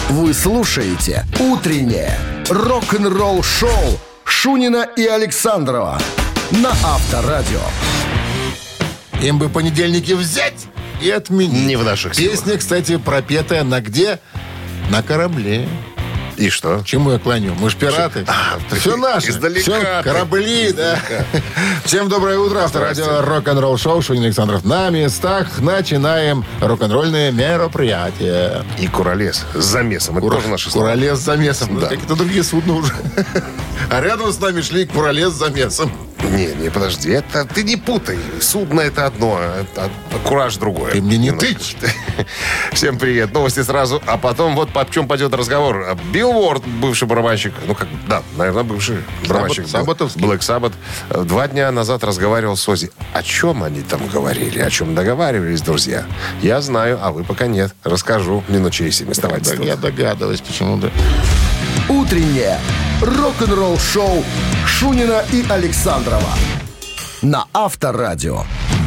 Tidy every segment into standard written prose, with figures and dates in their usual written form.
Вы слушаете «Утреннее рок-н-ролл-шоу» Шунина и Александрова на Авторадио. Им бы понедельники взять и отменить. Не в наших силах. Песня, кстати, пропетая на где? На корабле. И что? Чему я клоню? Мы ж пираты. Все наше. Издалека. Все корабли, да. Всем доброе утро. Авторадио рок-н-ролл шоу Шунин Александров. На местах начинаем рок-н-ролльные мероприятия. И Куролес с замесом. Это тоже наши слова. Куролес с замесом. Да. Какие-то другие судна уже. А рядом с нами шли Куролес с замесом. Не, подожди. Это ты не путай. Судно это одно, а кураж другое. Ты мне не Немножко. тычь. Всем привет. Новости сразу. А потом вот по чем пойдет разговор. Билл Уорд, бывший барабанщик. Наверное, бывший барабанщик. Саббатовский. Black Sabbath. 2 дня назад разговаривал с Оззи. О чем они там говорили? О чем договаривались, друзья? Я знаю, а вы пока нет. Расскажу минут через 7. Оставайтесь тут. Я догадываюсь, почему, да. «Утреннее рок-н-ролл-шоу» Шунина и Александрова на Авторадио.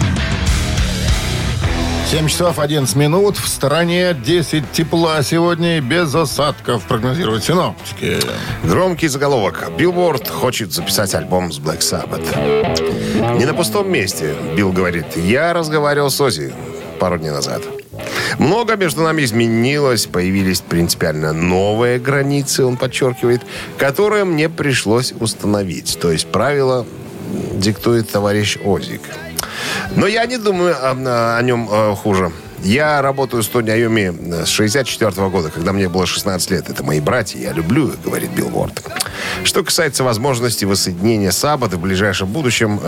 7 часов 11 минут. В стороне 10 тепла сегодня и без осадков, прогнозируют синоптики. Громкий заголовок. Билл Уорд хочет записать альбом с Black Sabbath. Не на пустом месте, Билл говорит. Я разговаривал с Оззи пару дней назад. Много между нами изменилось, появились принципиально новые границы, он подчеркивает, которые мне пришлось установить. То есть правила диктует товарищ Озик. Но я не думаю о нем хуже. Я работаю с Тони Айоми с 64 года, когда мне было 16 лет. Это мои братья, я люблю их, говорит Билл Уорд. Что касается возможности воссоединения Саббата в ближайшем будущем,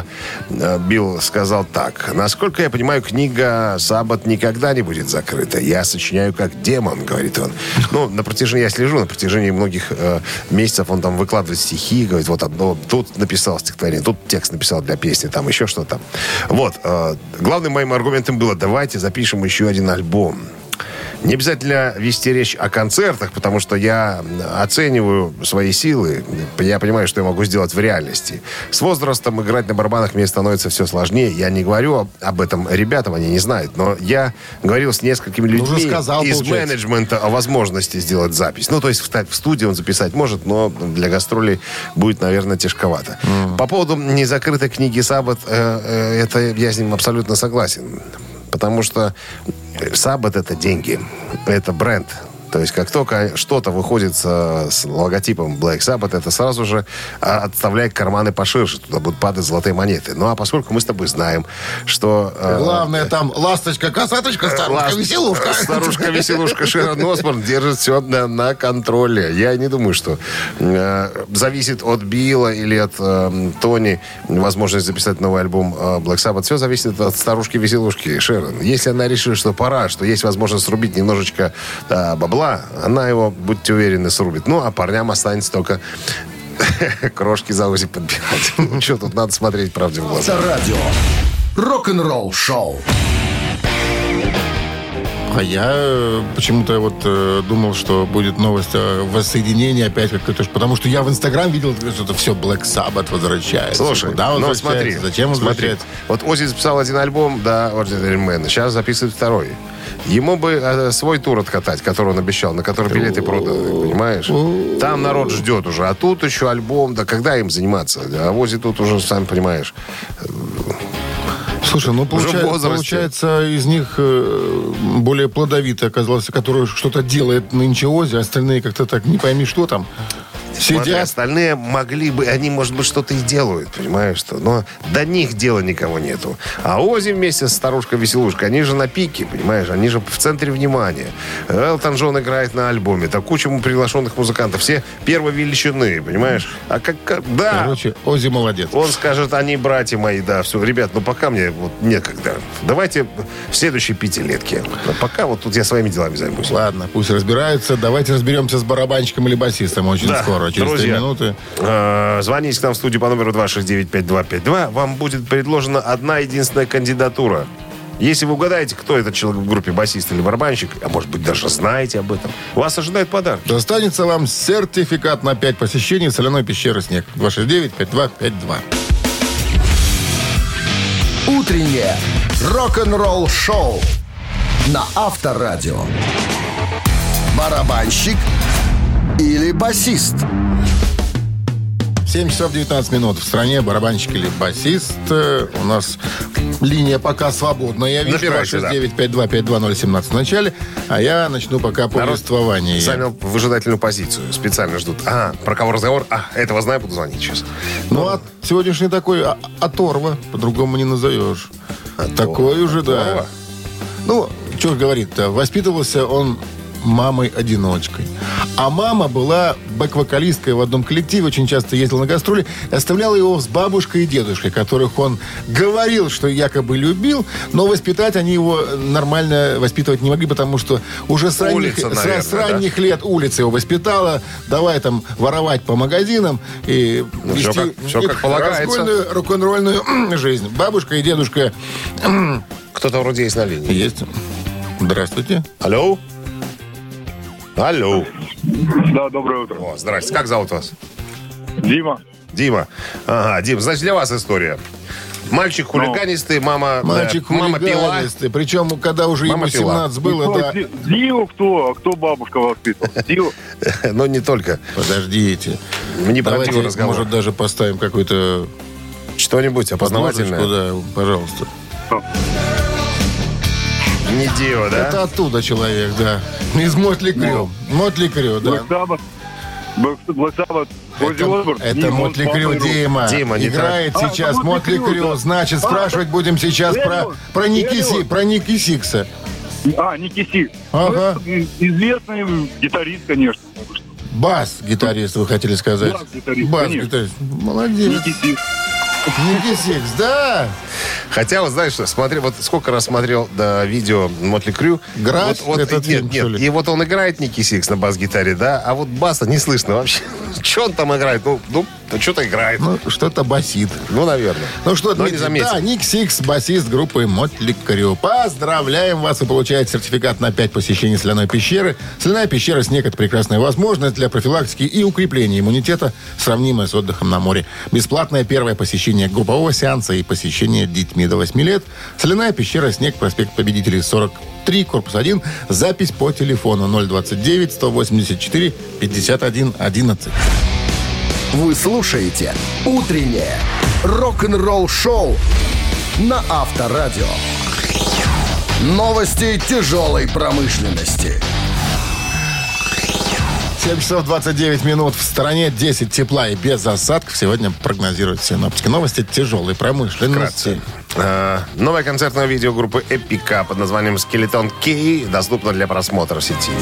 Билл сказал так. Насколько я понимаю, книга «Саббат» никогда не будет закрыта. Я сочиняю как демон, говорит он. Я слежу на протяжении многих месяцев. Он там выкладывает стихи, говорит, вот одно, тут написал стихотворение, тут текст написал для песни, там еще что-то. Вот. Главным моим аргументом было, давайте запишем еще один альбом. Не обязательно вести речь о концертах, потому что я оцениваю свои силы. Я понимаю, что я могу сделать в реальности. С возрастом играть на барабанах мне становится все сложнее. Я не говорю об этом ребятам, они не знают. Но я говорил с несколькими людьми из менеджмента о возможности сделать запись. То есть в студии он записать может, но для гастролей будет, наверное, тяжковато. По поводу незакрытой книги «Саббат», это я с ним абсолютно согласен. Потому что Саббат — это деньги, это бренд. То есть, как только что-то выходит с логотипом Black Sabbath, это сразу же отставляет карманы поширше. Туда будут падать золотые монеты. А поскольку мы с тобой знаем, что... Главное, там ласточка-косаточка, старушка-веселушка. Старушка-веселушка Шерон Осборн держит все на контроле. Я не думаю, что зависит от Билла или от Тони возможность записать новый альбом Black Sabbath. Все зависит от старушки-веселушки Шерон. Если она решит, что пора, что есть возможность срубить немножечко бабла, она его, будьте уверены, срубит. А парням останется только крошки за Оззи подбирать. Что тут надо смотреть правде в глаза. Авторадио рок-н-ролл шоу. А я почему-то думал, что будет новость о воссоединении опять как-то. Потому что я в Инстаграм видел, что это все Black Sabbath возвращается. Слушай, смотри. Зачем он возвращается? Вот Оззи записал один альбом, да, Ordinary Man. Сейчас записывает второй. Ему бы свой тур откатать, который он обещал, на который билеты проданы, понимаешь? Там народ ждет уже. А тут еще альбом. Да когда им заниматься? А Оззи тут уже, сам понимаешь... Слушай, получается, из них более плодовитый оказался, который что-то делает нынче Оззи, остальные как-то так не пойми, что там. Смотри, остальные могли бы, они, может быть, что-то и делают, понимаешь, что, но до них дела никого нету. А Оззи вместе с старушкой-веселушкой, они же на пике, понимаешь, они же в центре внимания. Элтон Джон играет на альбоме, так куча приглашенных музыкантов, все первой величины, понимаешь? Да. Короче, Оззи молодец. Он скажет, они братья мои, да, все, ребят, пока мне некогда. Давайте в следующей пятилетке. Пока вот тут я своими делами займусь. Ладно, пусть разбираются. Давайте разберемся с барабанщиком или басистом очень скоро. Через друзья, 3 минуты. Звоните к нам в студию по номеру 269-5252. Вам будет предложена одна единственная кандидатура. Если вы угадаете, кто этот человек в группе, басист или барабанщик, а может быть даже знаете об этом, вас ожидает подарок. Достанется вам сертификат на 5 посещений соляной пещеры «Снег». 269-5252. Утреннее рок-н-ролл шоу на Авторадио. барабанщик или басист? 7 часов 19 минут. В стране барабанщик или басист. У нас линия пока свободная. Я вижу, 269-5252-017 в начале. А я начну пока повествование. Занял выжидательную позицию. Специально ждут. Про кого разговор? Этого знаю, буду звонить сейчас. Ну, сегодняшний такой оторва. По-другому не назовешь. Такой уже, да. Ну, что говорит-то? Воспитывался он мамой-одиночкой. А мама была бэк-вокалисткой в одном коллективе, очень часто ездила на гастроли, и оставляла его с бабушкой и дедушкой, которых он говорил, что якобы любил, но воспитать они его нормально воспитывать не могли, потому что уже с ранних лет улица его воспитала, давай там воровать по магазинам и вести все как полагается. Рок-н-ролльную жизнь. Бабушка и дедушка... Кто-то вроде есть на линии. Есть. Здравствуйте. Алло. Алло. Да, доброе утро. О, здрасте. Как зовут вас? Дима. Дима. Ага, Дим, значит, для вас история. Мальчик хулиганистый, мама пила. Причем, когда уже ему 17 было, да. Диву кто бабушка воспитывала? Диву? Но не только. Подождите. Не про давайте, Диву разговор. Может, даже поставим какой-то... Что-нибудь опознавательное? Да, пожалуйста. Не Дио, да? Это оттуда человек, да. Из Мотли Крю. Мотли Крю, да. Black Sabbath. Это Мотли Крю, Дима. Играет сейчас Мотли Крю. Значит, спрашивать будем сейчас про Ники Сикса. Ники Сикс. Ага. Известный гитарист, конечно. Бас-гитарист, вы хотели сказать. Бас-гитарист. Молодец. Ники Сикс. Ники Сикс, да. Хотя, вот знаешь, вот сколько раз смотрел видео Мотли Крю. Град? Нет. И вот он играет Ники Сикс на бас-гитаре, да, а вот баса не слышно вообще. Что он там играет? Ну что-то играет. Ну, что-то басит. Ну, наверное. Ну что, не заметил. Да, Ник Сикс, басист группы Мотли Крю. Поздравляем вас! Вы получаете сертификат на 5 посещений соляной пещеры. Соляная пещера «Снег» — это прекрасная возможность для профилактики и укрепления иммунитета, сравнимая с отдыхом на море. Бесплатное первое посещение группового сеанса и посещение детьми до 8 лет. Соляная пещера «Снег», проспект Победителей, 43, корпус 1. Запись по телефону 029-184-51-11. Вы слушаете «Утреннее рок-н-ролл-шоу» на Авторадио. Новости тяжелой промышленности. 7 часов 29 минут. В стороне 10 тепла и без осадков. Сегодня прогнозируют синоптики. Новости тяжелой промышленности. Новое концертное видео группы Эпика под названием «Skeleton Key» доступно для просмотра в сети.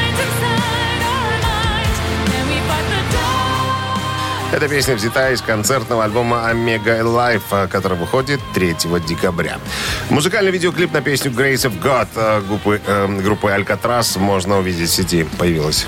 Эта песня взята из концертного альбома Omega Life, который выходит 3 декабря. Музыкальный видеоклип на песню Grace of God группы Alcatraz можно увидеть в сети. Появилась.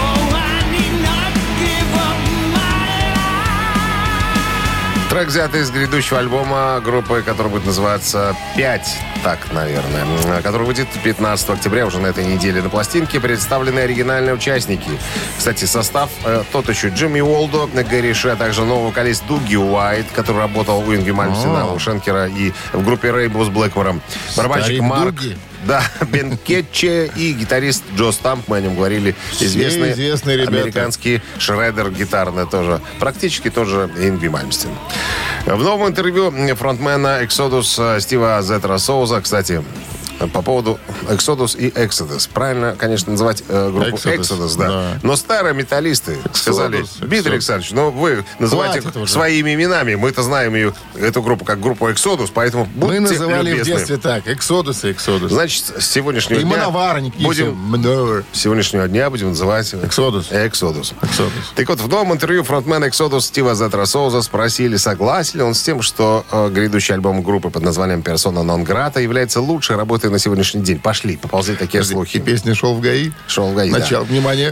Трек взят из грядущего альбома группы, который будет называться «5», так, наверное, который выйдет 15 октября, уже на этой неделе. На пластинке представлены оригинальные участники. Кстати, состав тот еще: Джимми Уолдо, Гэри Ши, а также новый вокалист Дуги Уайт, который работал у Ингви Мальмстена, у Шенкера и в группе Rainbow с Блэкмором. Барабанщик Марк. Да, Бен Кетче и гитарист Джо Стамп, мы о нем говорили. Известные американские шредер гитарные тоже. Практически тоже Ингви Мальмстен. В новом интервью фронтмена Exodus Стива Зеттера Соуза, кстати, по поводу Exodus и Exodus. Правильно, конечно, называть группу Exodus, да. Но старые металлисты сказали: Дмитрий Александрович, вы называете своими именами. Мы-то знаем эту группу как группу Exodus, поэтому будьте мы называли любезны. В детстве так: Exodus и Exodus. Значит, с сегодняшнего дня сегодняшнего дня будем называть Exodus. Так вот, в новом интервью фронтмена Exodus Стива Зеттера Соуза спросили, согласен ли он с тем, что грядущий альбом группы под названием «Persona non grata» является лучшей работой на сегодняшний день. Пошли, поползли такие слухи. И песня «Шел в ГАИ». «Шел в ГАИ», начало, да. Внимание.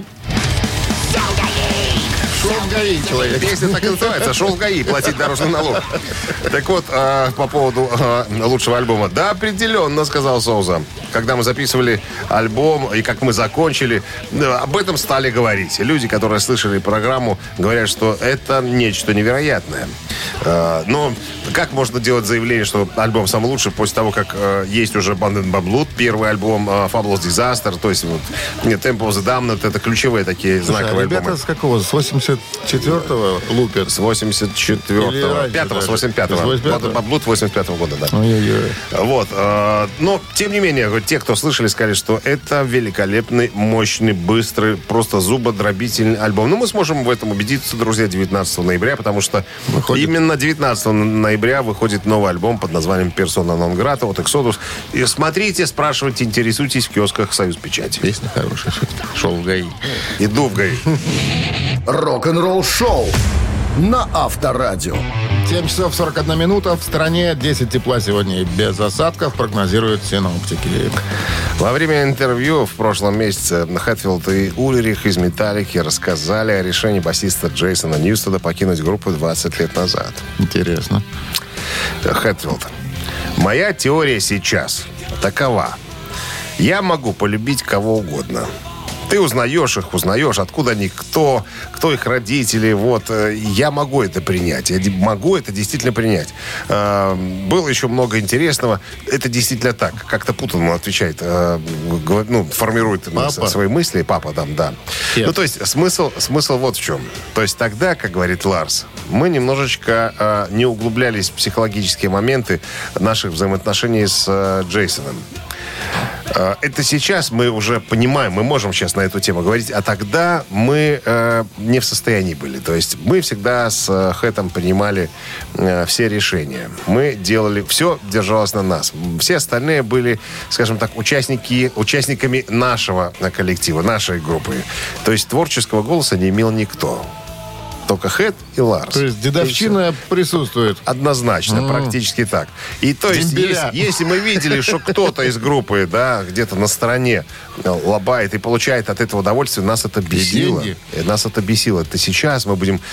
Шел в ГАИ, человек. Песня так и называется: «Шел в ГАИ, платить дорожный налог». Так вот, по поводу лучшего альбома. Да, определенно, сказал Соуза. когда мы записывали альбом и как мы закончили, об этом стали говорить. Люди, которые слышали программу, говорят, что это нечто невероятное. Но как можно делать заявление, что альбом самый лучший после того, как есть уже Abandoned by Blood, первый альбом, Fabulous Disaster, то есть вот, Temple of the Damned, это ключевые такие знаковые ребята альбомы. с какого? С 84-го лупят? С 84-го. 5-го, с 85-го. Blood 85-го года, да. Ой-ой-ой. Вот. Но, тем не менее, те, кто слышали, сказали, что это великолепный, мощный, быстрый, просто зубодробительный альбом. Ну, мы сможем в этом убедиться, друзья, 19 ноября, потому что именно 19 ноября выходит новый альбом под названием «Persona non grata» от Exodus. И смотрите, спрашивайте, интересуйтесь в киосках «Союз Печати». Песня хорошая. Шел в ГАИ. Иду в ГАИ. Рок-н-ролл шоу на Авторадио. 7 часов 41 минута. В стране 10 тепла сегодня и без осадков, прогнозируют синоптики. Во время интервью в прошлом месяце Хэтфилд и Ульрих из «Металлики» рассказали о решении басиста Джейсона Ньюстеда покинуть группу 20 лет назад. Интересно. Хэтфилд. Моя теория сейчас такова. Я могу полюбить кого угодно. Ты узнаешь их, откуда они, кто их родители. Вот. Я могу это принять. Я могу это действительно принять. Было еще много интересного. Это действительно так. Как-то Путин отвечает, формирует свои мысли. Папа там, да. Yes. Ну, то есть смысл вот в чем. То есть тогда, как говорит Ларс, мы немножечко не углублялись в психологические моменты наших взаимоотношений с Джейсоном. Это сейчас мы уже понимаем, мы можем сейчас на эту тему говорить, а тогда мы не в состоянии были. То есть мы всегда с Хэтом принимали все решения. Мы делали, все держалось на нас. Все остальные были, скажем так, участниками нашего коллектива, нашей группы. То есть творческого голоса не имел никто. Только Хэт и Ларс. То есть дедовщина присутствует. Однозначно, практически так. И то есть, если мы видели, что кто-то из группы, да, где-то на стороне лобает и получает от этого удовольствие, нас это бесило. Нас это бесило. Это сейчас мы будем...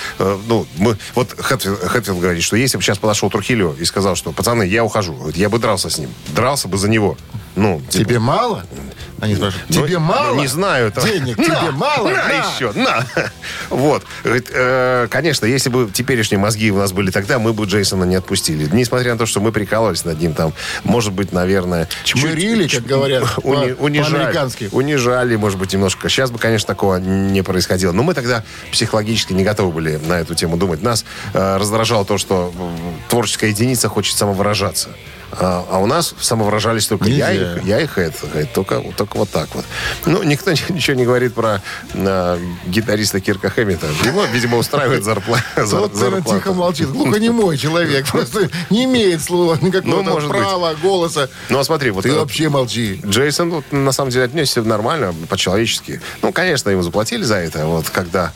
вот Хэтфилд говорит, что если бы сейчас подошел Трухильо и сказал, что, пацаны, я ухожу, я бы дрался с ним. Дрался бы за него. Тебе мало? Они спрашивают, тебе мало? Не знаю. Денег тебе мало? Еще, на! Вот. Конечно, если бы теперешние мозги у нас были тогда, мы бы Джейсона не отпустили. Несмотря на то, что мы прикалывались над ним там, может быть, наверное... Чмырили, как говорят, по-американски. Унижали, может быть, немножко. Сейчас бы, конечно, такого не происходило. Но мы тогда психологически не готовы были на эту тему думать. Нас раздражало то, что творческая единица хочет самовыражаться. А у нас самовыражались только я и Хэт. Только вот так вот. Ну, никто ничего не говорит про гитариста Кирка Хэммита. Его, видимо, устраивает зарплата. Вот тихо молчит. Глухонемой человек. Просто не имеет слова никакого права, голоса. Ну, а смотри, вот... Ты вообще молчи. Джейсон, на самом деле, отнесся нормально, по-человечески. Ну, конечно, ему заплатили за это. Вот когда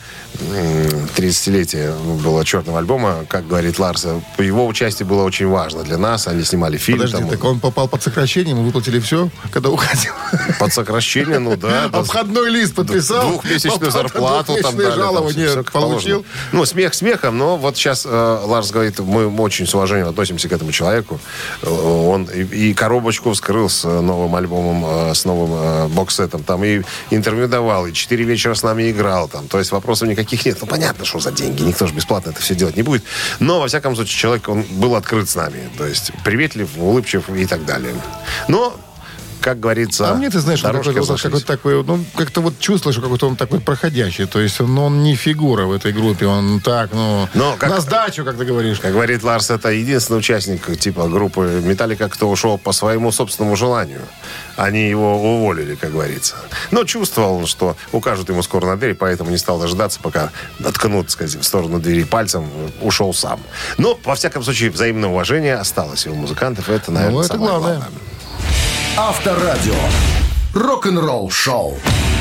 30-летие было черного альбома, как говорит Ларс, его участие было очень важно для нас. Они снимали фильм. Подожди, так он попал под сокращение, ему выплатили все, когда уходил? Под сокращение, ну да. Обходной лист подписал. Двухмесячную зарплату там дали. Жалование получил. Ну, смех смехом, но вот сейчас Ларс говорит, мы очень с уважением относимся к этому человеку. Он и коробочку вскрыл с новым альбомом, с новым бокс-сетом. Там и интервью давал, и 4 вечера с нами играл. Там. То есть вопросов никаких нет. Ну, понятно, что за деньги. Никто же бесплатно это все делать не будет. Но, во всяком случае, человек, он был открыт с нами. То есть приветлив, улыбчив и так далее. Но, как говорится, а мне, ты знаешь, какой-то такой, как-то вот чувствуешь, какой-то он такой проходящий. То есть он не фигура в этой группе. Он так, на сдачу, как ты говоришь. Как говорит Ларс, это единственный участник типа группы «Металлика», кто ушел по своему собственному желанию. Они его уволили, как говорится. Но чувствовал он, что укажут ему скоро на дверь, поэтому не стал дожидаться, пока ткнут, сказать, в сторону двери пальцем, ушел сам. Но, во всяком случае, взаимное уважение осталось у музыкантов. Это, наверное, это самое главное. Авторадио. Рок-н-ролл шоу.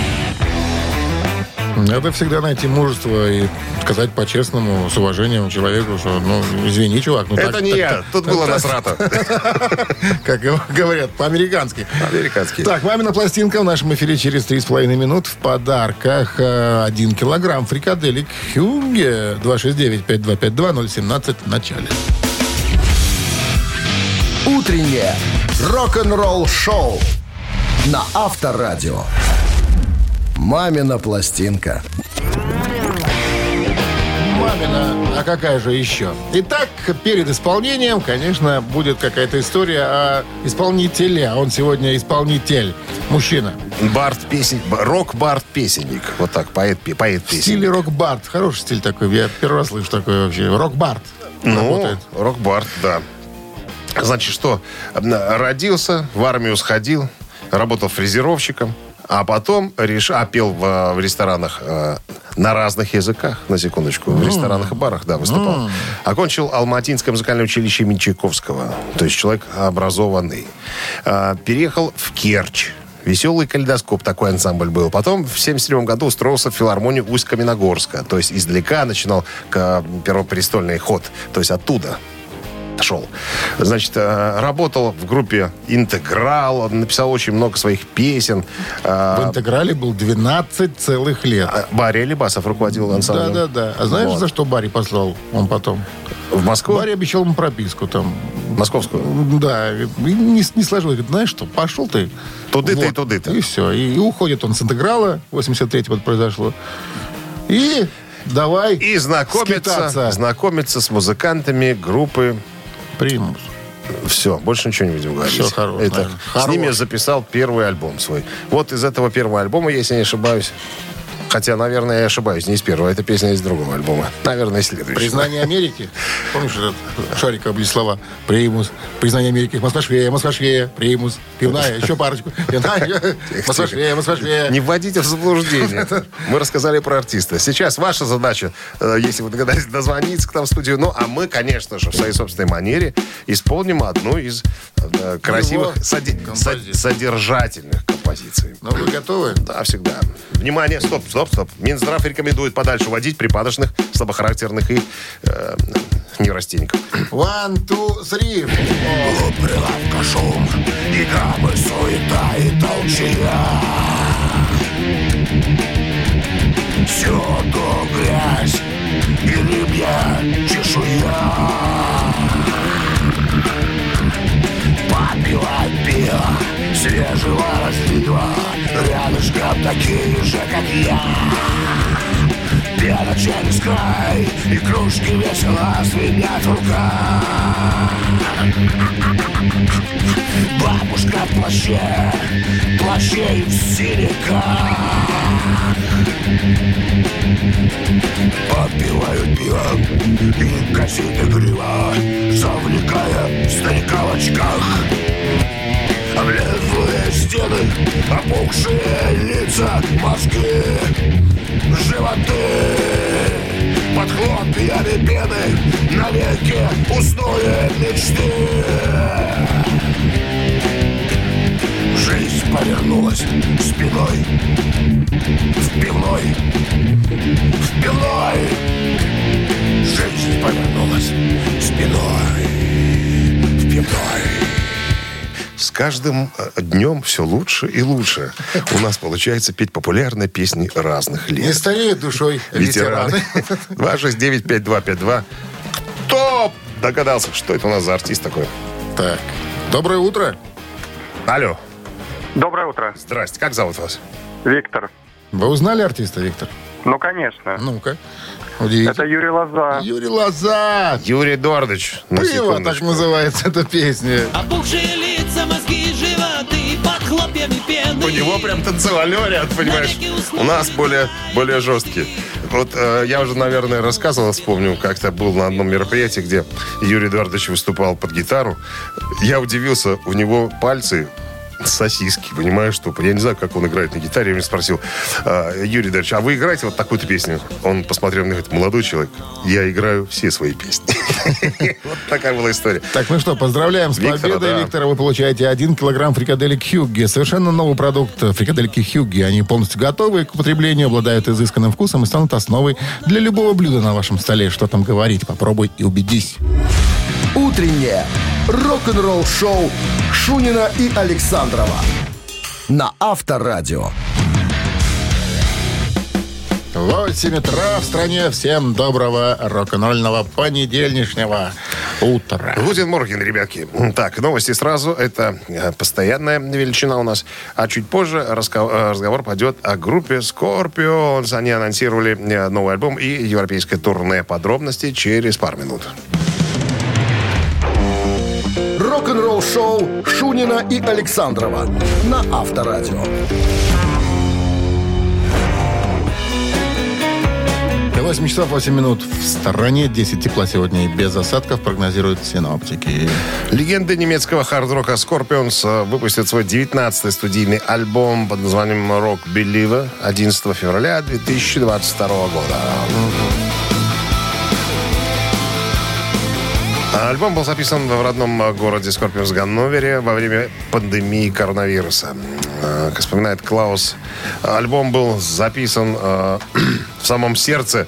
Надо всегда найти мужество и сказать по-честному, с уважением человеку, что, извини, чувак. Это не я, тут была насрата. Как говорят, по-американски. По-американски. Так, «Мамина пластинка» в нашем эфире через 3,5 минут. В подарках 1 килограмм фрикаделек Хюнге 269-5252-017 в начале. Утреннее рок-н-ролл шоу на Авторадио. «Мамина пластинка». Мамина, а какая же еще? Итак, перед исполнением, конечно, будет какая-то история о исполнителе. Он сегодня исполнитель, мужчина. Рок-бард-песенник. Вот так, поэт-песенник. В стиле рок-бард. Хороший стиль такой. Я первый раз слышу такой вообще. Рок-бард. Ну, рок-бард, да. Значит, что? Родился, в армию сходил, работал фрезеровщиком, а потом пел в ресторанах на разных языках, на секундочку, в ресторанах и барах, да, выступал. Окончил Алматинское музыкальное училище имени Чайковского, то есть человек образованный. Переехал в Керчь. «Веселый калейдоскоп», такой ансамбль был. Потом в 1977 году устроился в филармонию Усть-Каменогорска. То есть издалека начинал первопрестольный ход. То есть оттуда шел. Значит, работал в группе «Интеграл», написал очень много своих песен. В «Интеграле» был 12 целых лет. Барри Алибасов руководил ансамблем. Да. А знаешь, за что Барри послал он потом? В Москву? Барри обещал ему прописку там. Московскую? Да. Не сложилось. Говорит, знаешь что, пошел ты. Туды-то и туды-то. И все. И уходит он с «Интеграла». 83-й произошло. И давай и знакомиться с музыкантами группы «Примус». Все, больше ничего не будем говорить. Все хорошо. С ними записал первый альбом свой. Вот из этого первого альбома, если не ошибаюсь, хотя, наверное, я ошибаюсь, не из первого, это песня из другого альбома. Наверное, из следующего. «Признание Америки». Помнишь, этот Шарикова были слова? «Примус», «Признание Америки», «Москва швея», «Примус», «Пивная», еще парочку. «Москва швея». Не вводите в заблуждение. Мы рассказали про артиста. Сейчас ваша задача, если вы догадались, дозвониться к нам в студию. Ну, а мы, конечно же, в своей собственной манере исполним одну из красивых, содержательных композиций. Ну, вы готовы? Да, всегда. Внимание, стоп. Минздрав рекомендует подальше водить припадочных, слабохарактерных и неврастенников. 1, 2, 3. Клуб, прилавка, шум, и гаммы, суета и толчья. Всюду грязь и рыбья чешуя. Попивать пиво свежего разлива, рядышком такие же, как я. Пьяно через край, и кружки весело звенят в руках. Бабушка в плаще и в синяках. Попивают пиво и косит игриво, завлекая старика в очках. Облезлые стены, опухшие лица, мозги, животы. Под хлопьями пены навеки уснули мечты. Жизнь повернулась спиной в пивной. Жизнь повернулась спиной в пивной. С каждым днем все лучше и лучше. У нас получается петь популярные песни разных лет. Не стареют душой ветераны. 269-5252. Кто догадался, что это у нас за артист такой? Так, доброе утро. Алло. Доброе утро. Здрасте. Как зовут вас? Виктор. Вы узнали артиста, Виктор? Ну, конечно. Ну-ка. Удивите. Это Юрий Лоза. Юрий Лоза. Юрий Эдуардович. «Пиво», так называется эта песня. Опухшие лица, мозги, животы, под хлопьями пены. У него прям танцевальный вариант, понимаешь? У нас более жесткие. Вот я уже, наверное, рассказывал, вспомню, как-то был на одном мероприятии, где Юрий Эдуардович выступал под гитару. Я удивился, у него пальцы сосиски, понимаешь, что я не знаю, как он играет на гитаре. Я меня спросил: Юрий Эдуардович, а вы играете вот такую-то песню? Он посмотрел на меня и говорит: молодой человек, я играю все свои песни. Вот такая была история. Так, ну что, поздравляем с победой, Виктора. Вы получаете 1 килограмм фрикаделек Хьюгге. Совершенно новый продукт фрикадельки Хьюгге. Они полностью готовы к употреблению, обладают изысканным вкусом и станут основой для любого блюда на вашем столе. Что там говорить? Попробуй и убедись. Утреннее рок-н-ролл-шоу Шунина и Александрова на Авторадио. 8 утра в стране. Всем доброго рок-н-ролльного понедельничного утра. Гутен Морген, ребятки. Так, новости сразу. Это постоянная величина у нас. А чуть позже разговор пойдет о группе Scorpions. Они анонсировали новый альбом и европейское турне. Подробности через пару минут. Рок-н-ролл-шоу Шунина и Александрова на Авторадио. 8 часов 8 минут в стороне. 10 тепла сегодня и без осадков, прогнозируют синоптики. Легенды немецкого хард-рока Scorpions выпустят свой 19-й студийный альбом под названием «Rock Believer» 11 февраля 2022 года. Альбом был записан в родном городе Scorpions Ганновере во время пандемии коронавируса. Как вспоминает Клаус, альбом был записан в самом сердце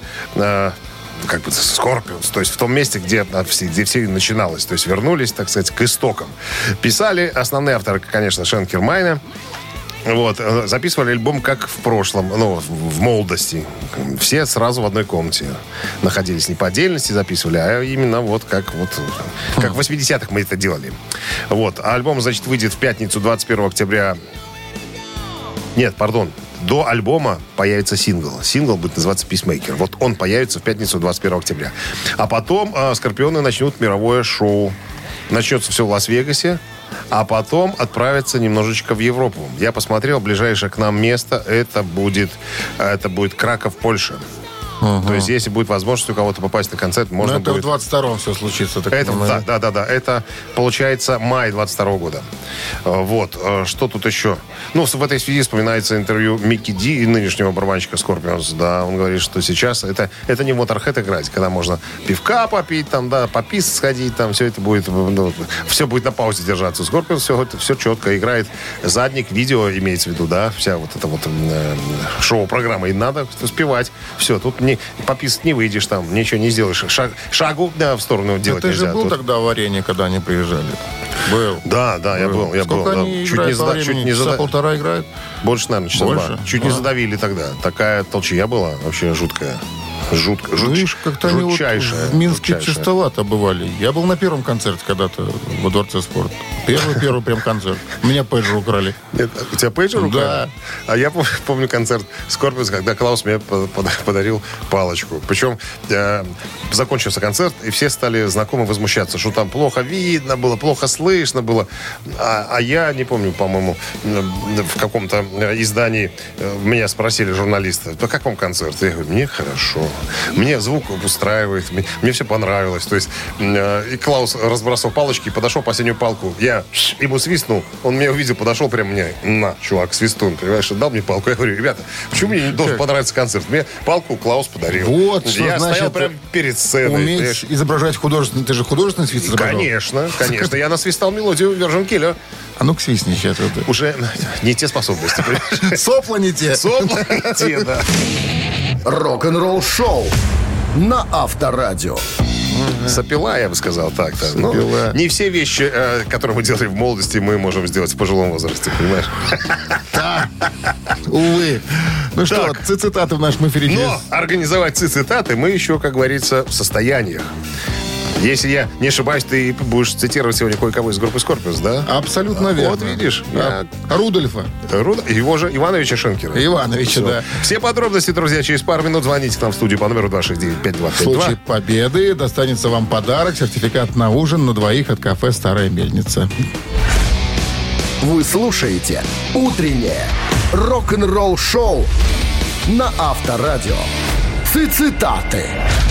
Scorpions, то есть в том месте, где все начиналось. То есть вернулись, так сказать, к истокам. Писали основные авторы, конечно, Шенкер Майне. Вот, записывали альбом как в прошлом, в молодости. Все сразу в одной комнате находились. Не по отдельности записывали, а именно как в 80-х мы это делали. Вот, а альбом, значит, выйдет в пятницу 21 октября. Нет, пардон. До альбома появится сингл. Сингл будет называться «Peacemaker». Вот он появится в пятницу 21 октября. А потом Скорпионы начнут мировое шоу. Начнется все в Лас-Вегасе. А потом отправиться немножечко в Европу. Я посмотрел, ближайшее к нам место это будет Краков, Польша. То есть, если будет возможность у кого-то попасть на концерт, можно будет... это в 22-м все случится. Так да. Это, получается, май 22-го года. Вот. Что тут еще? В этой связи вспоминается интервью Микки Ди, нынешнего барабанщика Scorpions. Да, он говорит, что сейчас это не Motorhead играть, когда можно пивка попить, там, да, пописать сходить, там, все это будет... все будет на паузе держаться. Scorpions все четко играет. Задник, видео имеется в виду, да, вся вот эта шоу-программа. И надо успевать. Все, тут пописать не выйдешь там, ничего не сделаешь. Шагу в сторону делать нельзя. Ты же был тут тогда в арене, когда они приезжали? Был. Да, я был. Сколько они играют по времени? Часа полтора играют? Больше, наверное, часа два. Чуть не задавили тогда. Такая толчья была вообще жуткая. Как-то они в Минске чистовато бывали. Я был на первом концерте когда-то во Дворце спорта. Первый прям концерт. Меня пейджер украли. Нет, у тебя пейджер украли? Да. А я помню концерт Scorpions, когда Клаус мне подарил палочку. Причем закончился концерт, и все стали знакомы возмущаться, что там плохо видно было, плохо слышно было. А я не помню, по-моему, в каком-то издании меня спросили журналисты, да как вам концерт? Я говорю, мне хорошо. Мне звук устраивает, мне все понравилось. То есть и Клаус разбросал палочки, подошел последнюю палку. Я ему свистнул, он меня увидел, подошел прямо мне. На, чувак, свистун, понимаешь, дал мне палку. Я говорю, ребята, почему мне не должен понравиться концерт? Мне палку Клаус подарил. Вот, что я значит стоял прямо перед сценой. Уметь изображать художественный. Ты же художественный свист изображал? Конечно. Я насвистал мелодию Virgin Killer. А ну-ка свистни сейчас. Уже не те способности. Сопла не те. Сопла не те, да. Рок-н-ролл шоу на Авторадио. Сопила, я бы сказал так-то. Не все вещи, которые мы делали в молодости, мы можем сделать в пожилом возрасте, понимаешь? Да. Увы. Ну что, цитаты в нашем эфире. Но организовать цитаты мы еще, как говорится, в состояниях. Если я не ошибаюсь, ты будешь цитировать сегодня кое-кого из группы Scorpions, да? Абсолютно верно. Вот видишь. Рудольфа. Его же Ивановича Шенкера. Ивановича, да. Все подробности, друзья, через пару минут звоните к нам в студию по номеру 269-5252. В случае победы достанется вам подарок, сертификат на ужин на двоих от кафе «Старая мельница». Вы слушаете «Утреннее рок-н-ролл-шоу» на Авторадио. Цитаты.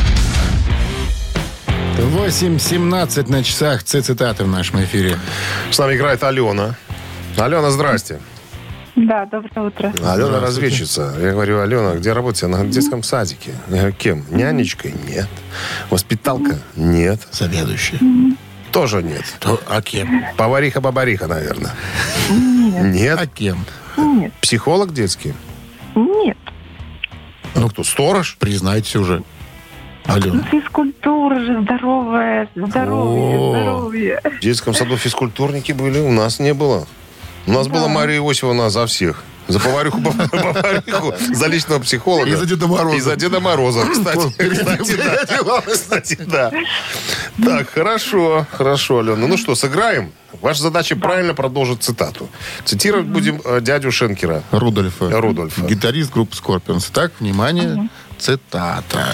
8:17 на часах. Цитаты в нашем эфире. С нами играет Алена. Алена, здрасте. Да, доброе утро. Алена разведчица. Я говорю, Алена, где работаете? Она в детском садике. Я говорю, кем? Нянечкой? Нет. Воспиталка? Нет. Заведующая? Тоже нет. А кем? Повариха-бабариха, наверное. Нет. А кем? Нет. Психолог детский? Нет. Ну кто, сторож? Признайтесь уже. Алена. Физкультура же здоровая. Здоровье. В детском саду физкультурники были, у нас не было. У нас была Мария Иосифовна за всех. За повариху, за личного психолога. И за Деда Мороза. И за Деда Мороза, кстати, да. Так, хорошо, Алена. Ну что, сыграем? Ваша задача правильно продолжить цитату. Цитировать будем дядю Шенкера. Рудольфа. Рудольфа. Гитарист группы Scorpions. Итак, внимание, цитата.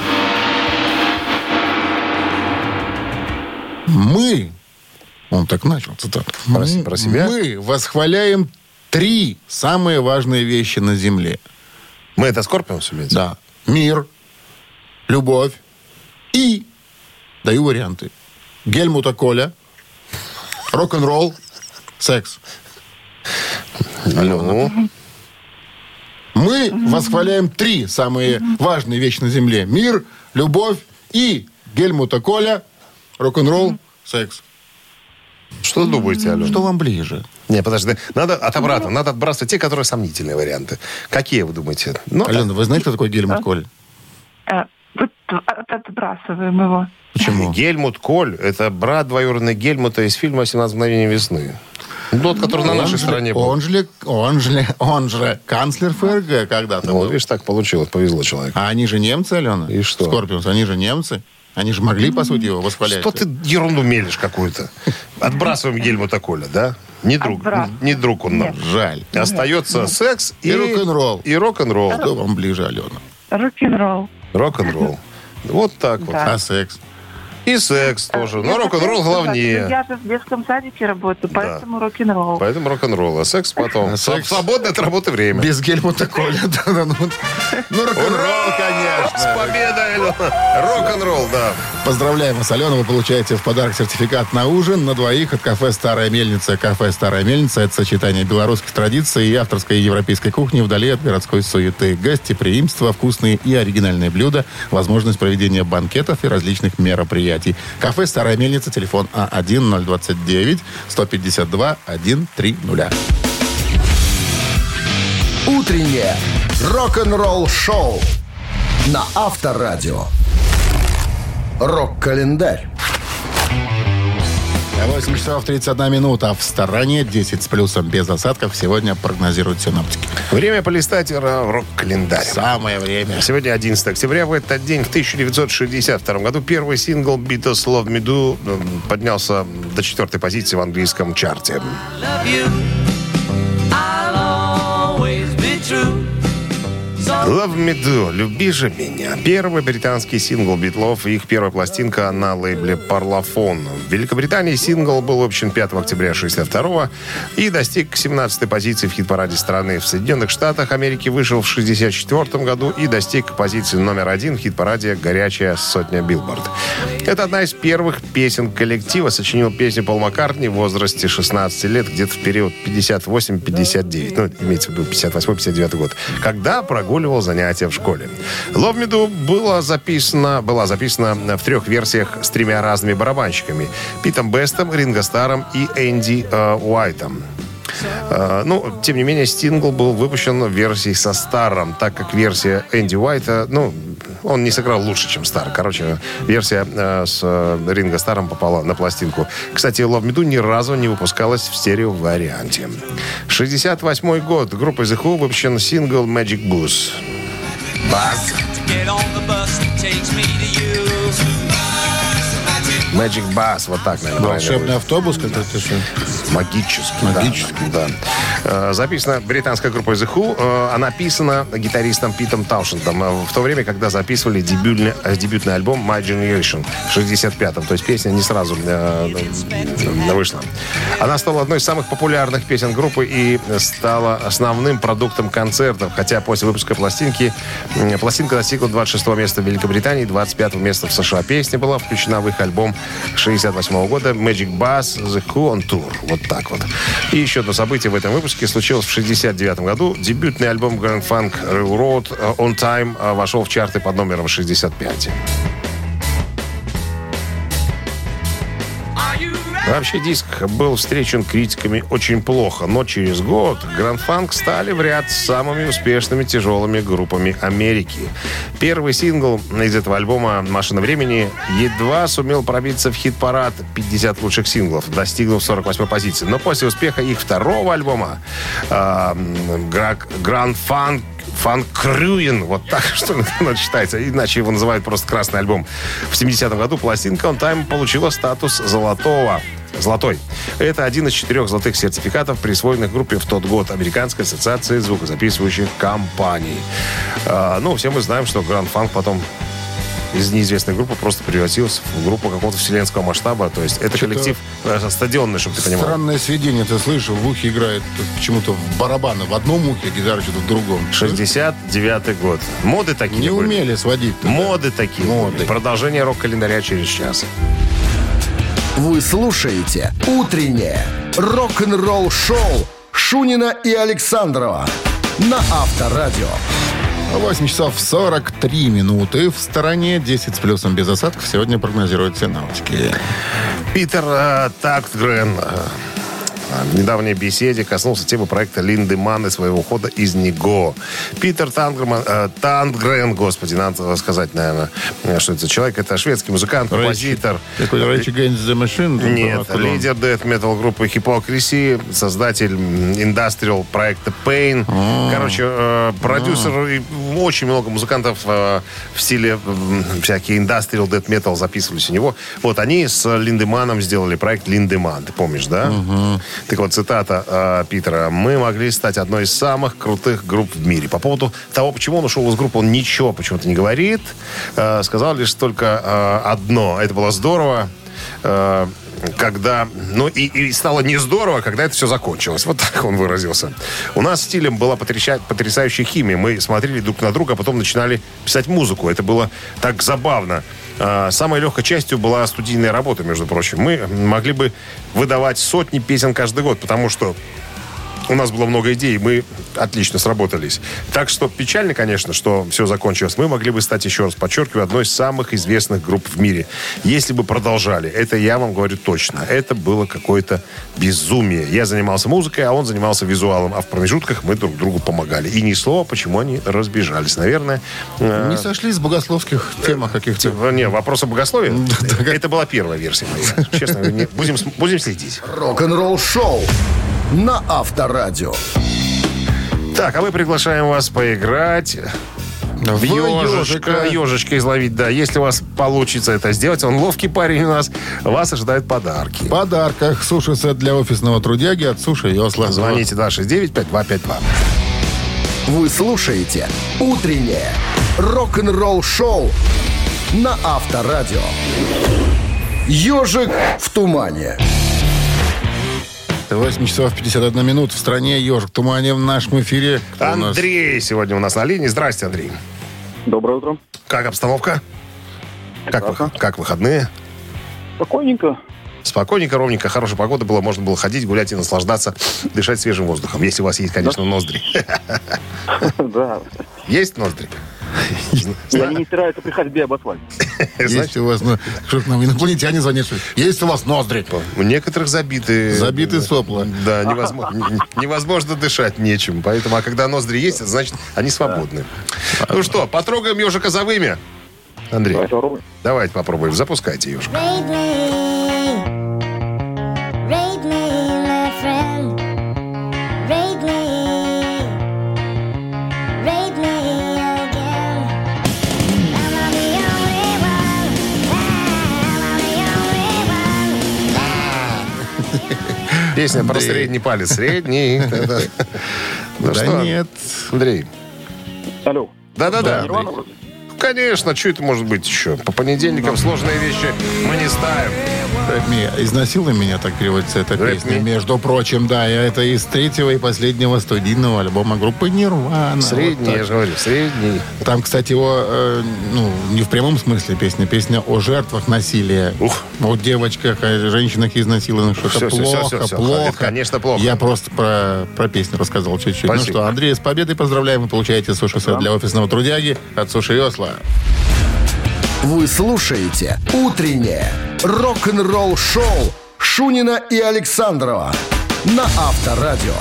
Мы, он так начал цитату. Про себя? Мы восхваляем 3 самые важные вещи на Земле. Мы это Скорпионс имеется? Да. Мир, любовь и, даю варианты, Гельмута Коля, рок-н-ролл, секс. Алена. Мы восхваляем 3 самые важные вещи на Земле. Мир, любовь и Гельмута Коля, рок-н-ролл, секс. Что думаете, Алена? Что вам ближе? Не, подожди. Надо от обратного. Надо отбрасывать те, которые сомнительные варианты. Какие вы думаете? Ну, Алена, вы знаете, кто такой Гельмут Коль? Вот отбрасываем его. Почему? Гельмут Коль – это брат двоюродный Гельмута из фильма «17 мгновений весны». Тот, который на нашей стороне был. Он же канцлер ФРГ когда-то Ну, был. вот, видишь, так получилось. Повезло человеку. А они же немцы, Алена? И что? Скорпионс, они же немцы. Они же могли, по сути, его восхвалять. Что ты ерунду мелешь какую-то? Отбрасываем Гельмута Коля, да? Не друг он нам. Жаль. Остается секс и рок-н-ролл. И рок-н-ролл. Что вам ближе, Алена? Рок-н-ролл. Рок-н-ролл. Вот так вот. Да. А секс? И секс тоже. Но рок-н-ролл главнее. Я же в детском садике работаю, поэтому рок-н-ролл. Поэтому рок-н-ролл. А секс потом. А секс? Свободное от работы время. Без Гельмута Коля. Ну, рок-н-ролл, конечно. С победой, Алена! Рок-н-ролл, да. Поздравляем вас, Алена. Вы получаете в подарок сертификат на ужин на 2 от кафе «Старая мельница». Кафе «Старая мельница» — это сочетание белорусских традиций и авторской европейской кухни вдали от городской суеты. Гостеприимство, вкусные и оригинальные блюда, возможность проведения банкетов и различных мероприятий. Кафе «Старая мельница», телефон А1-029-152-130. Утреннее рок-н-ролл-шоу на Авторадио. Рок-календарь. 8 часов 31 минута. В стороне 10 с плюсом без осадков. Сегодня прогнозируют синоптики. Время полистать рок-календарь. Самое время. Сегодня 11 октября. В этот день, в 1962 году, первый сингл «Beatles Love Me Do» поднялся до 4-й позиции в английском чарте. Love you. I'll always be true. «Love Me Do», «Люби же меня». Первый британский сингл Битлов и их первая пластинка на лейбле Parlophone. В Великобритании сингл был выпущен 5 октября 1962 и достиг 17-й позиции в хит-параде страны. В Соединенных Штатах Америки вышел в 1964 году и достиг позиции номер 1 в хит-параде «Горячая сотня Билборд». Это одна из первых песен коллектива. Сочинил песню Пол Маккартни в возрасте 16 лет, где-то в период 58-59. Ну, имеется в виду 58-59 год, когда прогуливал занятия в школе. «Love Me Do» была записана в 3 версиях с 3 разными барабанщиками: Питом Бестом, Ринго Старром и Энди Уайтом. Но, тем не менее, сингл был выпущен в версии со Старром, так как версия Энди Уайта, он не сыграл лучше, чем Старр. Короче, версия с Ринго Старром попала на пластинку. Кстати, «Love Me Do» ни разу не выпускалась в стерео-варианте. 1968 год. Группой The Who выпущен сингл «Magic Bus». Get on the bus that takes me to you. Magic Bus, вот так, наверное, правильно Волшебный будет. автобус какой-то. Магический. Магический. Да. Записана британской группой The Who, а написана гитаристом Питом Таушендом в то время, когда записывали дебютный альбом My Generation в 65-м. То есть песня не сразу вышла. Она стала одной из самых популярных песен группы и стала основным продуктом концертов. Хотя после выпуска пластинка достигла 26-го места в Великобритании, 25-го места в США. Песня была включена в их альбом 68 года Magic Bus The Who on Tour. Вот так вот. И еще одно событие в этом выпуске случилось в 69 году. Дебютный альбом Grand Funk Railroad On Time вошел в чарты под номером 65. Вообще диск был встречен критиками очень плохо, но через год Grand Funk стали в ряд с самыми успешными тяжелыми группами Америки. Первый сингл из этого альбома «Машина времени» едва сумел пробиться в хит-парад 50 лучших синглов, достигнув 48-й позиции. Но после успеха их второго альбома Grand Funk Крюин, вот так, что ли, оно читается, иначе его называют просто «Красный альбом». В 70-м году пластинка «On Time» получила статус золотой. Это один из 4 золотых сертификатов, присвоенных группе в тот год Американской ассоциации звукозаписывающих компаний. Все мы знаем, что Grand Funk потом из неизвестной группы просто превратился в группу какого-то вселенского масштаба. То есть это коллектив стадионный, чтобы ты понимал. Странное сведение, ты слышал, в ухе играет почему-то в барабаны в одном ухе, гитара что-то в другом. 69-й год. Моды такие не были. Умели сводить. Моды такие. Продолжение рок-календаря через час. Вы слушаете «Утреннее рок-н-ролл-шоу» Шунина и Александрова на Авторадио. 8 часов 43 минуты. В стороне 10 с плюсом без осадков. Сегодня прогнозируют синоптики. Питер Тангрен в недавней беседе коснулся темы проекта Линды Манн и своего ухода из него. Питер Тангрен, господи, надо сказать, наверное, что это за человек. Это шведский музыкант, композитор. Rage Against the Machine? Нет, лидер дэт-метал группы Hypocrisy, создатель индастриал проекта Pain. Короче, продюсер и очень много музыкантов в стиле всякие индастриал дэт-метал записывались у него. Вот они с Линдой Манном сделали проект Линды Манн. Ты помнишь, да? Так вот, цитата Питера. «Мы могли стать одной из самых крутых групп в мире». По поводу того, почему он ушел из группы, он ничего почему-то не говорит. Сказал лишь только одно. Это было здорово, когда... и стало не здорово, когда это все закончилось. Вот так он выразился. У нас с стилем была потрясающая химия. Мы смотрели друг на друга, а потом начинали писать музыку. Это было так забавно. Самой легкой частью была студийная работа, между прочим. Мы могли бы выдавать сотни песен каждый год, потому что у нас было много идей, мы отлично сработались. Так что печально, конечно, что все закончилось. Мы могли бы стать, еще раз подчеркиваю, одной из самых известных групп в мире. Если бы продолжали, это я вам говорю точно. Это было какое-то безумие. Я занимался музыкой, а он занимался визуалом. А в промежутках мы друг другу помогали. И ни слова, почему они разбежались. Наверное... Не сошлись в богословских темах каких-то? Не, вопрос о богословии? Это была первая версия моя. Честно, будем следить. Рок-н-ролл-шоу на Авторадио. Так, а мы приглашаем вас поиграть в ежечка изловить. Да, если у вас получится это сделать, он ловкий парень у нас, вас ожидают подарки. В подарках суши-сет для офисного трудяги от Суши Йосла. Звоните 269-5252. Вы слушаете «Утреннее рок-н-ролл-шоу» на Авторадио. «Ежик в тумане». 8 часов 51 минут. В стране «Ежик в тумане» в нашем эфире. Андрей сегодня у нас на линии. Здрасте, Андрей. Доброе утро. Как обстановка? Как выходные? Спокойненько. Спокойненько, ровненько. Хорошая погода была. Можно было ходить, гулять и наслаждаться, дышать свежим воздухом. Если у вас есть, конечно, ноздри. Да. Есть ноздри? И они не стараются приходить об асфальт. Есть у вас... Что к нам инопланетяне звонят? Есть у вас ноздри? У некоторых забиты... Забиты сопла. Да, невозможно дышать нечем. Поэтому, а когда ноздри есть, значит, они свободны. Ну что, потрогаем ежика за вымя? Андрей, давайте попробуем. Запускайте ежика. Песня про средний палец. Средний. Ну что? Нет. Андрей. Алло. Да. Конечно, что это может быть еще? По понедельникам сложные вещи мы не ставим. «Изнасилуй меня», так переводится эта песня. Между прочим, да, это из 3-го и последнего студийного альбома группы Нирвана. Средний, вот я же говорю, средний. Там, кстати, его, не в прямом смысле песня о жертвах насилия. О девочках, о женщинах изнасилованных. Что-то плохо. Это, конечно, плохо. Я просто про песню рассказал чуть-чуть. Спасибо. Ну что, Андрей, с победой поздравляем. Вы получаете суши-сет для офисного трудяги от Суши Йосла. Вы слушаете «Утреннее рок-н-ролл-шоу» Шунина и Александрова на Авторадио.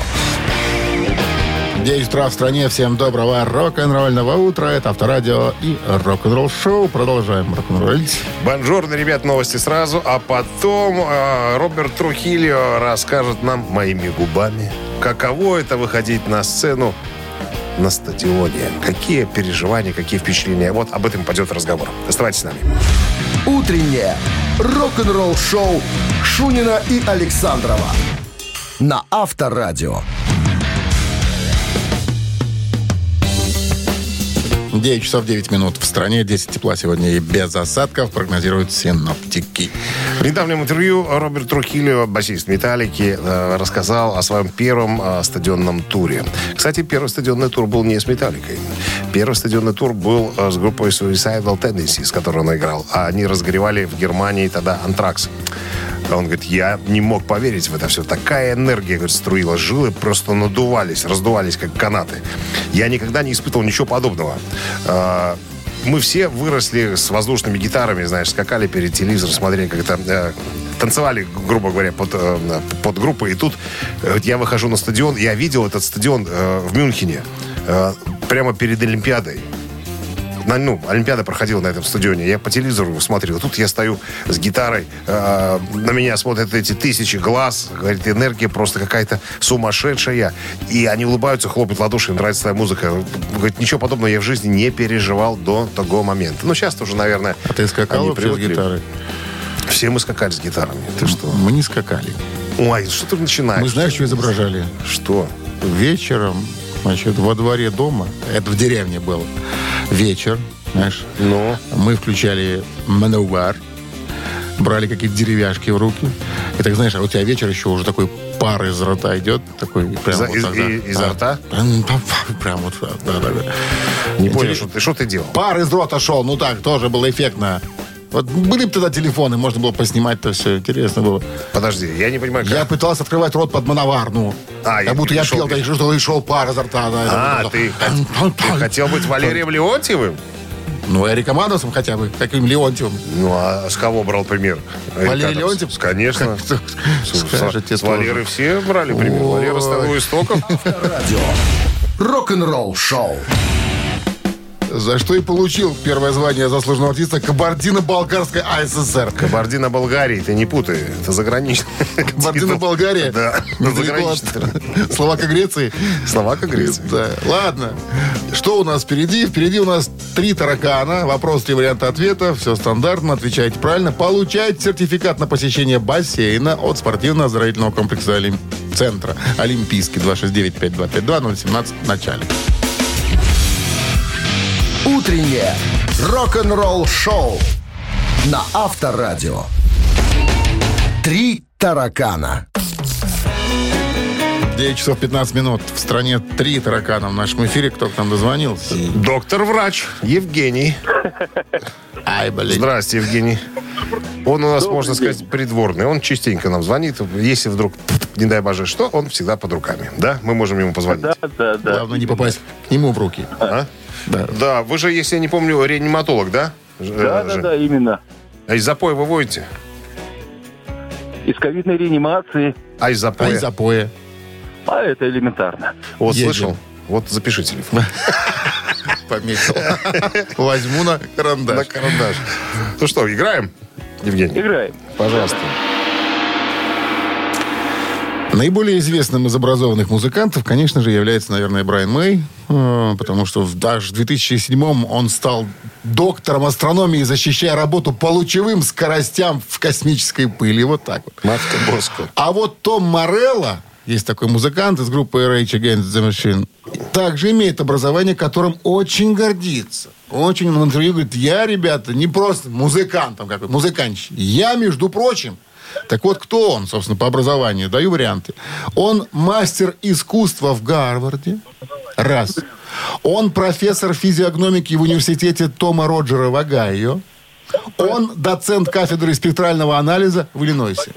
9 утра в стране. Всем доброго рок-н-ролльного утра. Это Авторадио и рок-н-ролл шоу. Продолжаем рок-н-роллить. Бонжорно, ребят, новости сразу. А потом Роберт Трухильо расскажет нам моими губами, каково это выходить на сцену на стадионе. Какие переживания, какие впечатления. Вот об этом пойдет разговор. Оставайтесь с нами. Утреннее рок-н-ролл-шоу Шунина и Александрова на Авторадио. 9 часов 9 минут в стране. 10 тепла сегодня и без осадков, прогнозируют синоптики. В недавнем интервью Роберт Трухильо, басист «Металлики», рассказал о своем первом стадионном туре. Кстати, первый стадионный тур был не с «Металликой». Первый стадионный тур был с группой Suicidal Tendencies, с которой он играл. А они разогревали в Германии тогда «Антракс». Он говорит, я не мог поверить в это все. Такая энергия, говорит, струила. Жилы просто надувались, раздувались, как канаты. Я никогда не испытывал ничего подобного. Мы все выросли с воздушными гитарами, знаешь, скакали перед телевизором, смотрели, как это... танцевали, грубо говоря, под группой. И тут я выхожу на стадион. Я видел этот стадион в Мюнхене прямо перед Олимпиадой. Олимпиада проходила на этом стадионе. Я по телевизору смотрел. Тут я стою с гитарой. На меня смотрят эти тысячи глаз. Говорит, энергия просто какая-то сумасшедшая. И они улыбаются, хлопают в ладоши. Им нравится твоя музыка. Говорит, ничего подобного я в жизни не переживал до того момента. Сейчас тоже, наверное, А ты скакал вообще с гитарой? Все мы скакали с гитарами. Ты что? Мы не скакали. Ой, что ты начинаешь? Мы знаешь, что изображали? Что? Вечером, значит, во дворе дома, это в деревне было, вечер, знаешь, мы включали мануар, брали какие-то деревяшки в руки. И так, знаешь, а у тебя вечер еще уже такой пар из рта идет. Такой, прям изо рта? Прям вот. Да. Не понял, что ты делал? Пар из рота шел, так, тоже было эффектно. Вот были бы тогда телефоны, можно было поснимать-то все. Интересно было. Подожди, я не понимаю, как. Я пытался открывать рот под мановар, как будто я пел, и шел пар изо рта. Ты хотел быть Валерием Леонтьевым? Эриком Адамсом хотя бы, таким Леонтьевым. А с кого брал пример? Валерий Леонтьев? Конечно. С Валерой все брали пример. Валера стал у истоков. Радио. Рок-н-ролл шоу. За что и получил первое звание заслуженного артиста Кабардино-Балкарской АССР. Кабардино-Болгарии, ты не путай, это заграничный. Кабардино-Болгария? Да, заграничный. Словака Греции? Словака Греции. Да. Ладно. Что у нас впереди? Впереди у нас 3 таракана. Вопрос, 3 варианта ответа. Все стандартно. Отвечаете правильно. Получаете сертификат на посещение бассейна от спортивно-оздоровительного комплекса центра Олимпийский. 269-5252-017 в начале. Утреннее рок-н-ролл-шоу на Авторадио. 3 таракана. 9 часов 15 минут. В стране 3 таракана в нашем эфире. Кто к нам дозвонился? Доктор-врач Евгений. Здрасте, Евгений. Он у нас, можно сказать, придворный. Он частенько нам звонит. Если вдруг, не дай боже, что, он всегда под руками. Да? Мы можем ему позвонить. Да. Главное не попасть к нему в руки. Да, вы же, если я не помню, реаниматолог, да? Да, именно. А из запоя вы водите? Из ковидной реанимации. А из запоя? А из запоя? А это элементарно. Вот Едем. слышал? Вот запиши телефон. Пометил. Возьму на карандаш. На карандаш. Ну что, играем, Евгений? Играем. Пожалуйста. Наиболее известным из образованных музыкантов, конечно же, является, наверное, Брайан Мэй, потому что даже в 2007-м он стал доктором астрономии, защищая работу по лучевым скоростям в космической пыли. Вот так вот. Матка Боска. А вот Том Морелло, есть такой музыкант из группы Rage Against the Machine, также имеет образование, которым очень гордится. Очень он в интервью говорит, я, ребята, не просто музыкант, музыкантчик. Я, между прочим, так вот, кто он, собственно, по образованию? Даю варианты. Он мастер искусства в Гарварде. Раз. Он профессор физиогномики в университете Тома Роджера в Огайо. Он доцент кафедры спектрального анализа в Иллинойсе.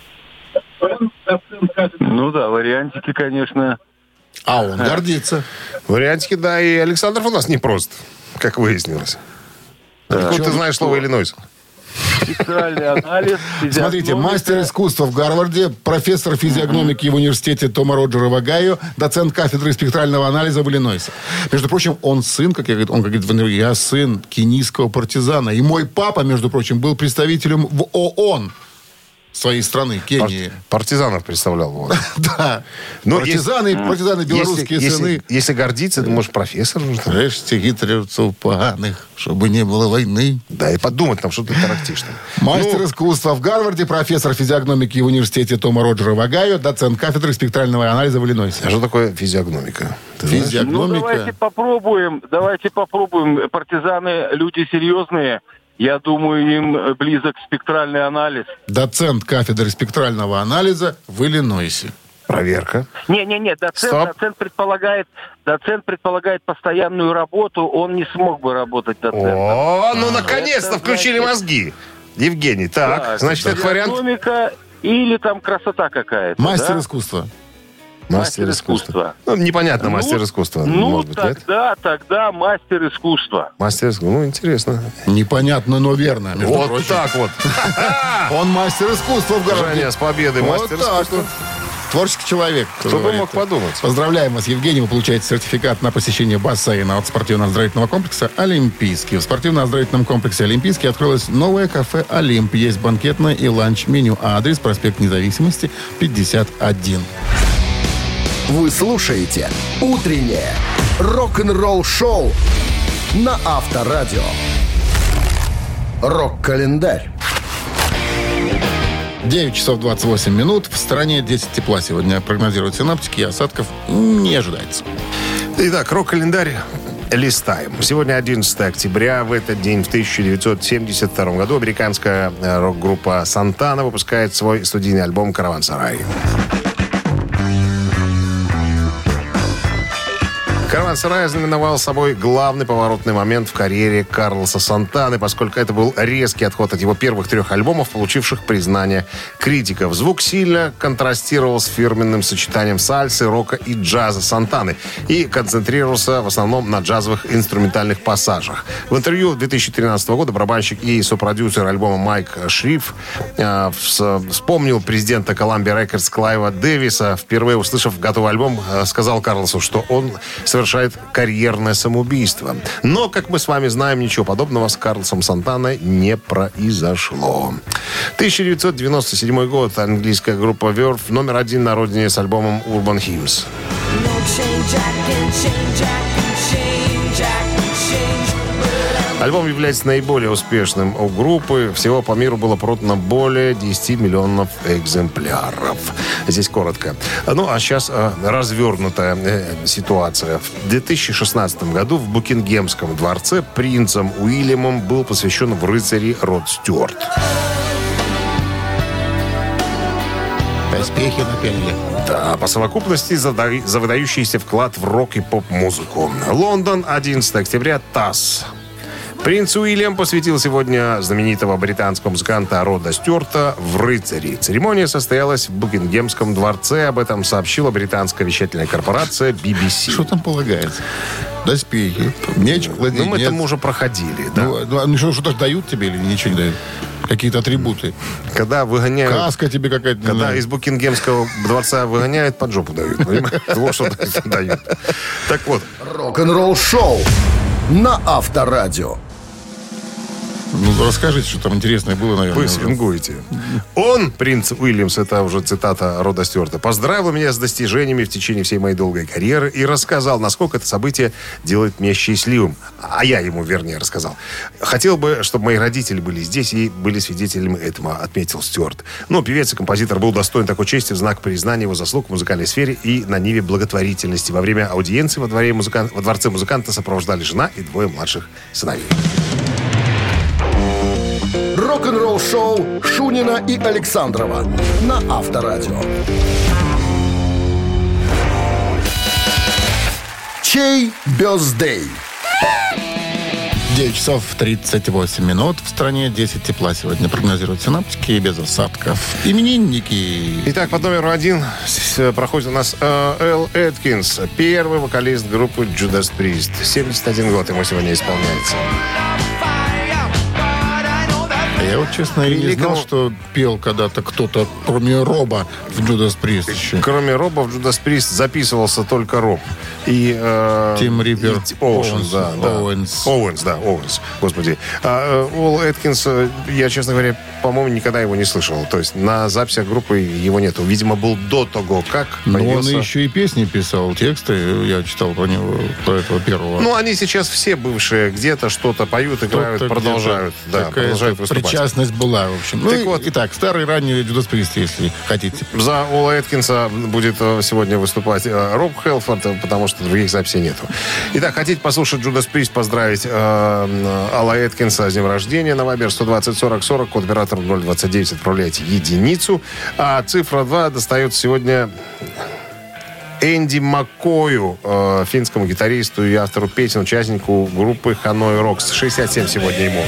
Вариантики, конечно. А он гордится. Вариантики, да, и Александров у нас непрост, как выяснилось. Откуда ты знаешь слово «Иллинойс»? спектральный анализ. Смотрите, мастер искусства в Гарварде, профессор физиогномики в университете Тома Роджера в Огайо, доцент кафедры спектрального анализа в Иллинойсе. Между прочим, он сын, он говорит, я сын кенийского партизана. И мой папа, между прочим, был представителем в ООН своей страны, Кении. Партизанов представлял. Вот. Да. Партизаны белорусские сыны. Если гордиться, то, может, профессор нужно. Режьте гитлеровцев поганых, чтобы не было войны. Да, и подумать там, что ты тарахтишь. Мастер искусства в Гарварде, профессор физиогномики в университете Тома Роджера в Огайо, доцент кафедры спектрального анализа в Иллинойсе. А что такое физиогномика? Физиогномика. Давайте попробуем. Партизаны люди серьезные. Я думаю, им близок спектральный анализ. Доцент кафедры спектрального анализа в Иллинойсе. Проверка. Не, доцент предполагает постоянную работу, он не смог бы работать доцентом. О, ну наконец-то включили мозги. Евгений, так, значит, это вариант... Экономика или там красота какая-то. Мастер искусства. Мастер искусства. Ну, непонятно, мастер искусства. Может быть, тогда мастер искусства. Мастер искусства, ну, интересно. Непонятно, но верно. Вот так вот. Он мастер искусства в Гарварде. Женя, с победой, мастер искусства. Творческий человек. Кто бы мог подумать. Поздравляем вас, Евгений. Вы получаете сертификат на посещение бассейна от спортивно-оздоровительного комплекса «Олимпийский». В спортивно-оздоровительном комплексе «Олимпийский» открылось новое кафе «Олимп». Есть банкетное и ланч-меню. Адрес: проспект Независимости, 51. Вы слушаете «Утреннее рок-н-ролл-шоу» на Авторадио. Рок-календарь. 9 часов 28 минут. В стране 10 тепла сегодня прогнозируют синоптики, и осадков не ожидается. Итак, рок-календарь листаем. Сегодня 11 октября. В этот день, в 1972 году, американская рок-группа «Сантана» выпускает свой студийный альбом «Караван-сарай». «Караван-сарай» ознаменовал собой главный поворотный момент в карьере Карлоса Сантаны, поскольку это был резкий отход от его первых 3 альбомов, получивших признание критиков. Звук сильно контрастировал с фирменным сочетанием сальсы, рока и джаза Сантаны и концентрировался в основном на джазовых инструментальных пассажах. В интервью 2013 года барабанщик и сопродюсер альбома Майк Шриф вспомнил президента Columbia Records Клайва Дэвиса. Впервые услышав готовый альбом, сказал Карлосу, что он совершает карьерное самоубийство. Но, как мы с вами знаем, ничего подобного с Карлосом Сантаной не произошло. 1997 год. Английская группа Verve номер 1 на родине с альбомом Urban Hymns. Альбом является наиболее успешным у группы. Всего по миру было продано более 10 миллионов экземпляров. Здесь коротко. Ну, а сейчас развернутая ситуация. В 2016 году в Букингемском дворце принцем Уильямом был посвящен в рыцари Род Стюарт. Доспехи напялили. Да, по совокупности за выдающийся вклад в рок и поп-музыку. Лондон, 11 октября, ТАСС. Принц Уильям посвятил сегодня знаменитого британского музыканта Рода Стюарта в рыцари. Церемония состоялась в Букингемском дворце. Об этом сообщила британская вещательная корпорация BBC. Что там полагается? Доспехи, меч, кладенец. Ну, мы там уже проходили, да. Ну, что-то дают тебе или ничего не дают? Какие-то атрибуты? Когда выгоняют... Каска тебе какая-то. Когда из Букингемского дворца выгоняют, под жопу дают. Понимаешь? Вот что дают. Так вот. Рок-н-ролл-шоу на Авторадио. Ну, расскажите, что там интересное было, наверное. Вы свингуете. Он, принц Уильямс, это уже цитата Рода Стюарта, поздравил меня с достижениями в течение всей моей долгой карьеры и рассказал, насколько это событие делает меня счастливым. А я ему, вернее, рассказал. Хотел бы, чтобы мои родители были здесь и были свидетелями этому, отметил Стюарт. Но певец и композитор был достоин такой чести в знак признания его заслуг в музыкальной сфере и на ниве благотворительности. Во время аудиенции во дворце музыканта сопровождали жена и 2 младших сыновей. Рок-н-ролл-шоу Шунина и Александрова на Авторадио. Чей бёздей? 9 часов 38 минут. В стране 10 тепла сегодня прогнозируют синоптики без осадков. Именинники. Итак, под номером 1 проходит у нас Эл Эткинс, первый вокалист группы Judas Priest. 71 год ему сегодня исполняется. А я вот, честно, и не знал, что пел когда-то кто-то, кроме Роба, в Judas Priest еще. Кроме Роба в Judas Priest записывался только Роб. И Тим Риппер. Оуэнс. Господи. Ол Эткинс, я, честно говоря, по-моему, никогда его не слышал. То есть на записях группы его нету. Видимо, был до того, как появился... Но он еще и песни писал, тексты. Я читал про него, про этого первого. Ну, они сейчас все бывшие. Где-то что-то поют, играют, продолжают. Да, продолжают выступать. Причастность была, в общем. Так вот. Итак, старый ранний Judas Priest, если хотите. За Ола Эткинса будет сегодня выступать Роб Хелфорд, потому что других записей нету. Итак, хотите послушать Judas Priest, поздравить Ола Эткинса с днем рождения на Viber 120-40-40, код оператора 029, отправляйте единицу. А цифра 2 достается сегодня Энди Маккою, финскому гитаристу и автору песен, участнику группы Hanoi Rocks. 67 сегодня ему.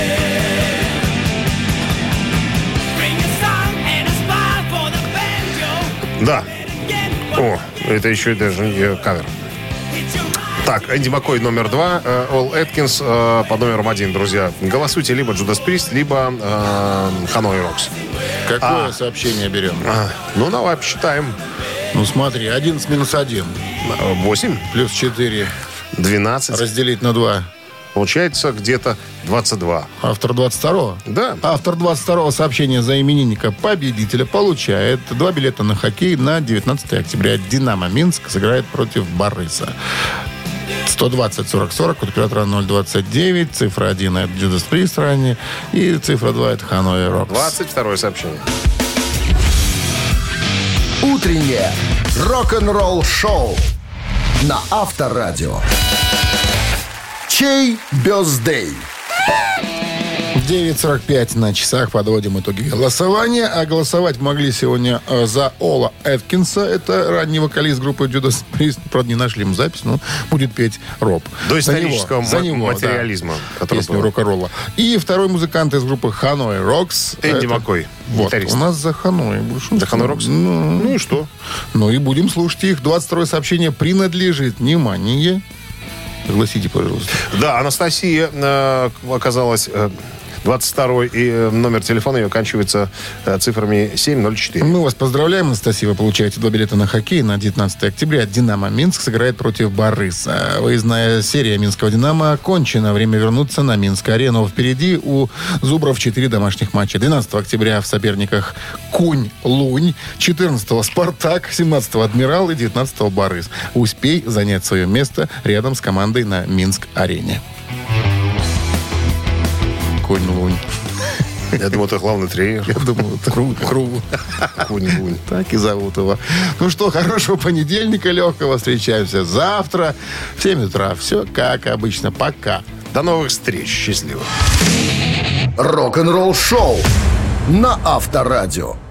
Да. О, это еще даже не кавер. Так, Энди Маккой номер 2, Ол Эткинс под номером 1, друзья. Голосуйте либо Judas Priest, либо Hanoi Rocks. Какое сообщение берем? Ну, давай посчитаем. Ну, смотри, 11 минус 1. 8. Плюс 4. 12. Разделить на 2. Получается где-то 22. Автор 22-го? Да. Автор 22-го сообщения за именинника победителя получает 2 билета на хоккей на 19 октября. «Динамо» Минск сыграет против «Бориса». 120-40-40, код оператора 029, цифра 1 это Judas Priest ранее, и цифра 2 это Hanoi Rocks. 22 сообщение. Утреннее рок-н-ролл-шоу на Авторадио. Чей бёздей? 9:45 на часах. Подводим итоги голосования. А голосовать могли сегодня за Ола Эткинса. Это ранний вокалист группы Judas Priest. Правда, не нашли ему запись, но будет петь Роб. До исторического материализма. Да, песню рок-н-ролла. И второй музыкант из группы Hanoi Rocks. Энди Маккой. Вот, у нас за Hanoi. За Hanoi Rocks? Ну и что? Ну и будем слушать их. 22-е сообщение принадлежит. Внимание. Пригласите, пожалуйста. Да, Анастасия оказалась 22-й, и номер телефона ее оканчивается цифрами 704. Мы вас поздравляем, Анастасия. Вы получаете 2 билета на хоккей на 19 октября. «Динамо» Минск сыграет против «Бориса». Выездная серия минского «Динамо» окончена. Время вернуться на Минск-арену. Впереди у «Зубров» 4 домашних матча. 12 октября в соперниках Кунь-Лунь, 14-го «Спартак», 17-го «Адмирал» и 19-го «Борис». Успей занять свое место рядом с командой на Минск-арене. Кунь-Лунь. Я думал, это главный тренер. Я думал, это Кру. Кунь-Лунь. Так и зовут его. Ну что, хорошего понедельника легкого. Встречаемся завтра в 7 утра. Все как обычно. Пока. До новых встреч. Счастливо. Рок-н-ролл шоу на Авторадио.